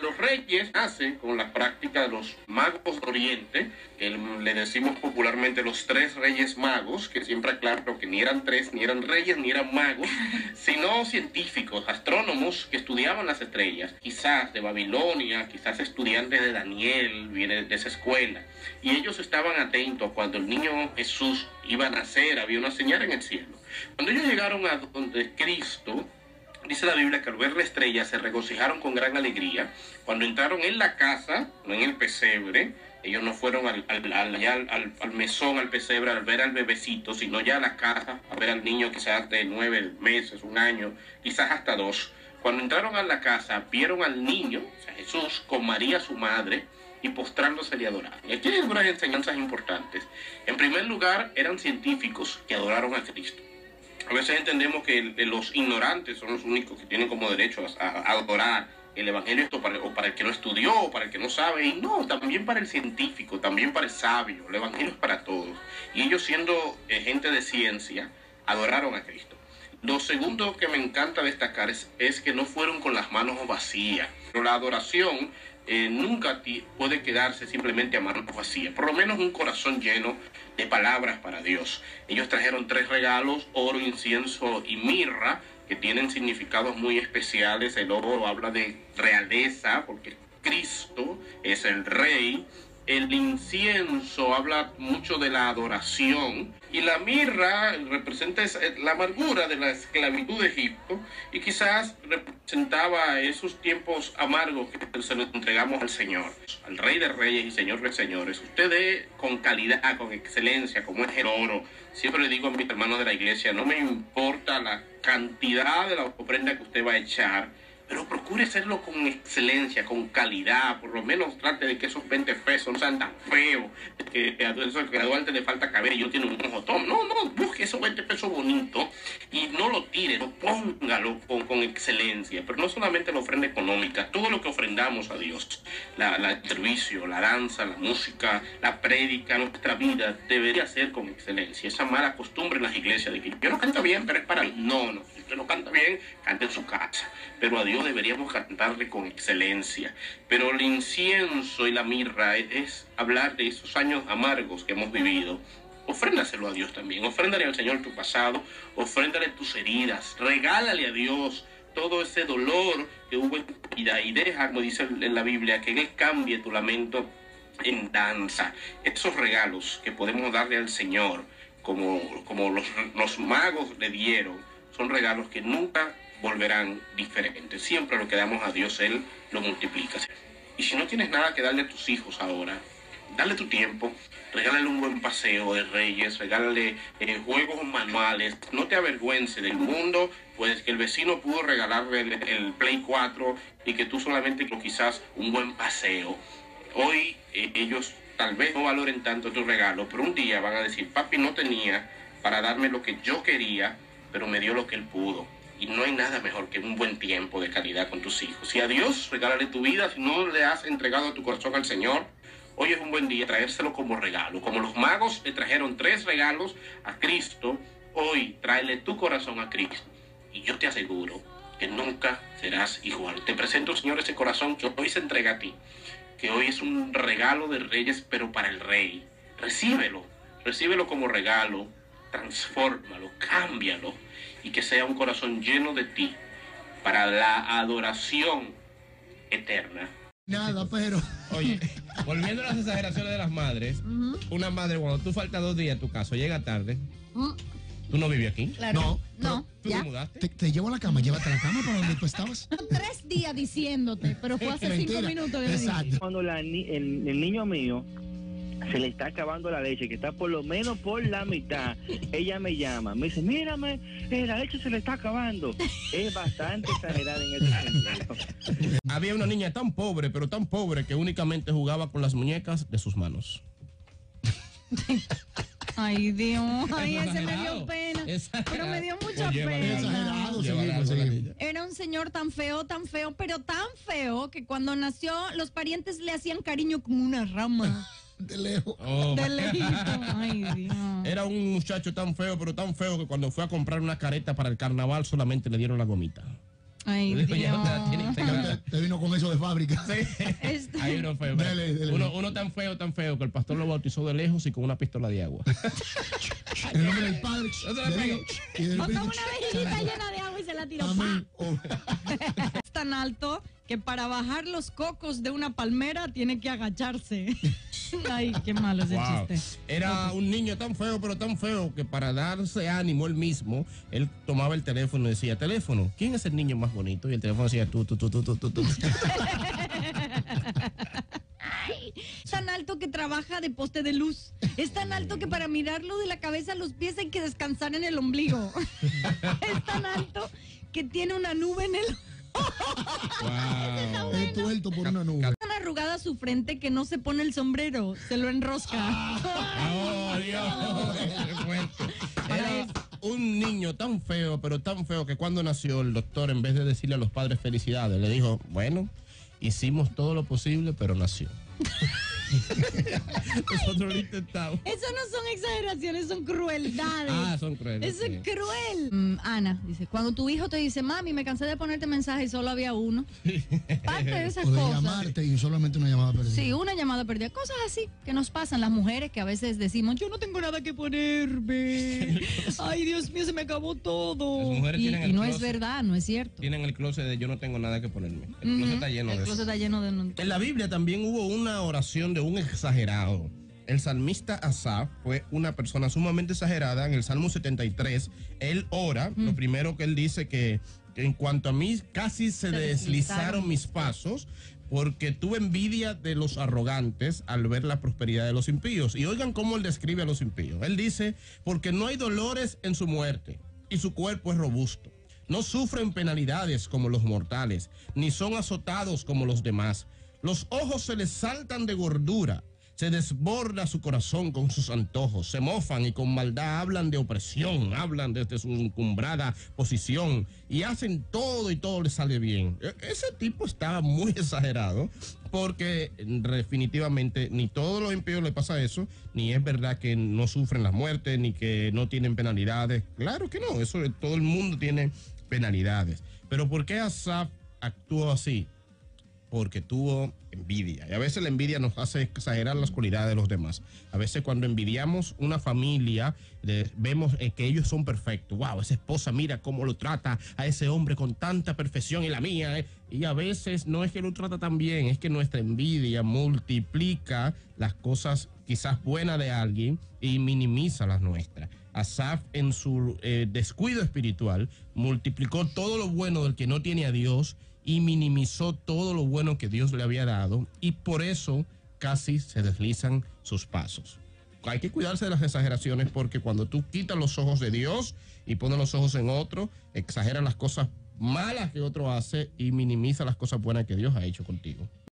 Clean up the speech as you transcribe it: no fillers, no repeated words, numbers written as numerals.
Los reyes nacen con la práctica de los magos de Oriente, que le decimos popularmente los tres reyes magos, que siempre aclaro que ni eran tres, ni eran reyes, ni eran magos, sino científicos, astrónomos que estudiaban las estrellas, quizás de Babilonia, quizás estudiantes de Daniel, viene de esa escuela, y ellos estaban atentos cuando el niño Jesús iba a nacer, había una señal en el cielo. Cuando ellos llegaron a donde Cristo, dice la Biblia que al ver la estrella se regocijaron con gran alegría. Cuando entraron en la casa, no en el pesebre, ellos no fueron al mesón, al pesebre, al ver al bebecito, sino ya a la casa, a ver al niño quizás de 9 meses, 1 año, quizás hasta 2. Cuando entraron a la casa, vieron al niño, o sea, Jesús, con María su madre, y postrándose le adoraron. Y aquí hay unas enseñanzas importantes. En primer lugar, eran científicos que adoraron a Cristo. A veces entendemos que los ignorantes son los únicos que tienen como derecho a adorar el evangelio, o para el que no estudió, o para el que no sabe, y no, también para el científico, también para el sabio. El evangelio es para todos. Y ellos, siendo gente de ciencia, adoraron a Cristo. Lo segundo que me encanta destacar es que no fueron con las manos vacías. Pero la adoración nunca puede quedarse simplemente a manos vacías. Por lo menos un corazón lleno de palabras para Dios. Ellos trajeron 3 regalos: oro, incienso y mirra, que tienen significados muy especiales. El oro habla de realeza, porque Cristo es el rey. El incienso habla mucho de la adoración, y la mirra representa la amargura de la esclavitud de Egipto, y quizás representaba esos tiempos amargos que se los entregamos al Señor, al Rey de Reyes y Señor de Señores. Usted dé con calidad, con excelencia, como es el oro. Siempre le digo a mis hermanos de la iglesia, no me importa la cantidad de la ofrenda que usted va a echar, pero procure hacerlo con excelencia, con calidad. Por lo menos trate de que esos 20 pesos no sean tan feos, que a Duarte le falta cabello, tiene un ojotón. No, busque esos 20 pesos bonitos y no lo tire, no, póngalo con excelencia. Pero no solamente la ofrenda económica, todo lo que ofrendamos a Dios, el servicio, la danza, la música, la prédica, nuestra vida debería ser con excelencia. Esa mala costumbre en las iglesias de que yo no canto bien, pero es para mí. No, si usted no canta bien, cante en su casa. Pero a Dios deberíamos cantarle con excelencia. Pero el incienso y la mirra es hablar de esos años amargos que hemos vivido. Ofréndaselo a Dios también. Ofréndale al Señor tu pasado, ofréndale tus heridas, regálale a Dios todo ese dolor que hubo en tu vida, y deja, como dice en la Biblia, que Él cambie tu lamento en danza. Esos regalos que podemos darle al Señor, como los magos le dieron, son regalos que nunca volverán diferentes. Siempre lo que damos a Dios, Él lo multiplica. Y si no tienes nada que darle a tus hijos ahora, dale tu tiempo, regálale un buen paseo de Reyes, regálale juegos manuales. No te avergüences del mundo, pues que el vecino pudo regalarle el Play 4 y que tú solamente quizás un buen paseo. Hoy ellos tal vez no valoren tanto tu regalo, pero un día van a decir: papi no tenía para darme lo que yo quería, pero me dio lo que él pudo. Y no hay nada mejor que un buen tiempo de calidad con tus hijos. Y a Dios, regálale tu vida. Si no le has entregado tu corazón al Señor, hoy es un buen día traérselo como regalo. Como los magos le trajeron 3 regalos a Cristo, hoy tráele tu corazón a Cristo. Y yo te aseguro que nunca serás igual. Te presento, Señor, ese corazón que hoy se entrega a ti. Que hoy es un regalo de Reyes, pero para el Rey. Recíbelo como regalo. Transfórmalo, cámbialo, y que sea un corazón lleno de ti para la adoración eterna. Nada, pero... Oye, volviendo a las exageraciones de las madres, una madre, cuando tú faltas 2 días a tu casa, llega tarde, ¿tú no vives aquí? Claro. No. ¿Tú te mudaste? Te llevo a la cama, llévate a la cama para donde tú estabas. 3 días diciéndote, pero fue hace 5 minutos que le dije. Exacto. Cuando el niño mío se le está acabando la leche, que está por lo menos por la mitad, ella me llama, me dice: mírame, la leche se le está acabando. Es bastante exagerada en ese sentido. Había una niña tan pobre, pero tan pobre, que únicamente jugaba con las muñecas de sus manos. Ay, Dios, ay, ese me dio pena. Pero me dio mucha pena. Exagerado, seguimos. Era un señor tan feo, pero tan feo, que cuando nació los parientes le hacían cariño como una rama. De lejos. De lejito. Ay, Dios. Era un muchacho tan feo, pero tan feo, que cuando fue a comprar una careta para el carnaval solamente le dieron la gomita. Ay, Yo digo, ya Dios. no te la tiene integrada. Te vino con eso de fábrica. Esto- Hay uno feo. Dele. Uno tan feo que el pastor lo bautizó de lejos y con una pistola de agua. En el nombre del Padre, No se la del pegue. Hijo y del O con Espíritu una vejiguita Santo. llena de agua y se la tiró. Amén. Oh. Es tan alto que para bajar los cocos de una palmera tiene que agacharse. Ay, qué malo ese Wow. chiste. Era un niño tan feo, pero tan feo, que para darse ánimo él mismo, él tomaba el teléfono y decía, teléfono, ¿quién es el niño más bonito? Y el teléfono decía, tú. Es tan alto que trabaja de poste de luz. Es tan alto que para mirarlo de la cabeza a los pies hay que descansar en el ombligo. Es tan alto que tiene una nube en el... Wow. Es tuerto por una nube. Tan arrugada su frente que no se pone el sombrero, se lo enrosca. Oh, Dios, qué fuerte. Era un niño tan feo, pero tan feo que cuando nació el doctor, en vez de decirle a los padres felicidades, le dijo, bueno, hicimos todo lo posible, pero nació. Nosotros lo intentamos. Eso no son exageraciones, son crueldades. Ah, son crueles. Eso es sí. cruel. Ana dice, cuando tu hijo te dice, mami, me cansé de ponerte mensaje y solo había uno. Parte de esas O de cosas. llamarte y solamente una llamada perdida. Sí, una llamada perdida. Cosas así que nos pasan las mujeres que a veces decimos, yo no tengo nada que ponerme. Ay, Dios mío, se me acabó todo. Las mujeres Y, tienen el y no es closet. verdad, no es cierto. Tienen el closet de yo no tengo nada que ponerme. El closet está lleno El de closet eso. está lleno de... En la Biblia también hubo una oración de un exagerado. El salmista Asaf fue una persona sumamente exagerada. En el Salmo 73, él ora. Lo primero que él dice que en cuanto a mí, casi se deslizaron mis pasos, porque tuve envidia de los arrogantes al ver la prosperidad de los impíos. Y oigan cómo él describe a los impíos. Él dice, porque no hay dolores en su muerte, y su cuerpo es robusto. No sufren penalidades como los mortales, ni son azotados como los demás. Los ojos se les saltan de gordura, se desborda su corazón con sus antojos, se mofan y con maldad hablan de opresión, hablan desde su encumbrada posición y hacen todo y todo les sale bien. Ese tipo está muy exagerado, porque definitivamente ni todos los impíos le pasa eso, ni es verdad que no sufren la muerte, ni que no tienen penalidades. Claro que no, eso todo el mundo tiene penalidades. Pero ¿por qué Asaf actuó así? Porque tuvo envidia. Y a veces la envidia nos hace exagerar las cualidades de los demás. A veces cuando envidiamos una familia, vemos que ellos son perfectos. Wow, esa esposa, mira cómo lo trata a ese hombre con tanta perfección, y la mía. Y a veces no es que lo trata tan bien, es que nuestra envidia multiplica las cosas quizás buenas de alguien y minimiza las nuestras. Asaf, en su descuido espiritual, multiplicó todo lo bueno del que no tiene a Dios y minimizó todo lo bueno que Dios le había dado, y por eso casi se deslizan sus pasos. Hay que cuidarse de las exageraciones, porque cuando tú quitas los ojos de Dios y pones los ojos en otro, exageras las cosas malas que otro hace y minimiza las cosas buenas que Dios ha hecho contigo.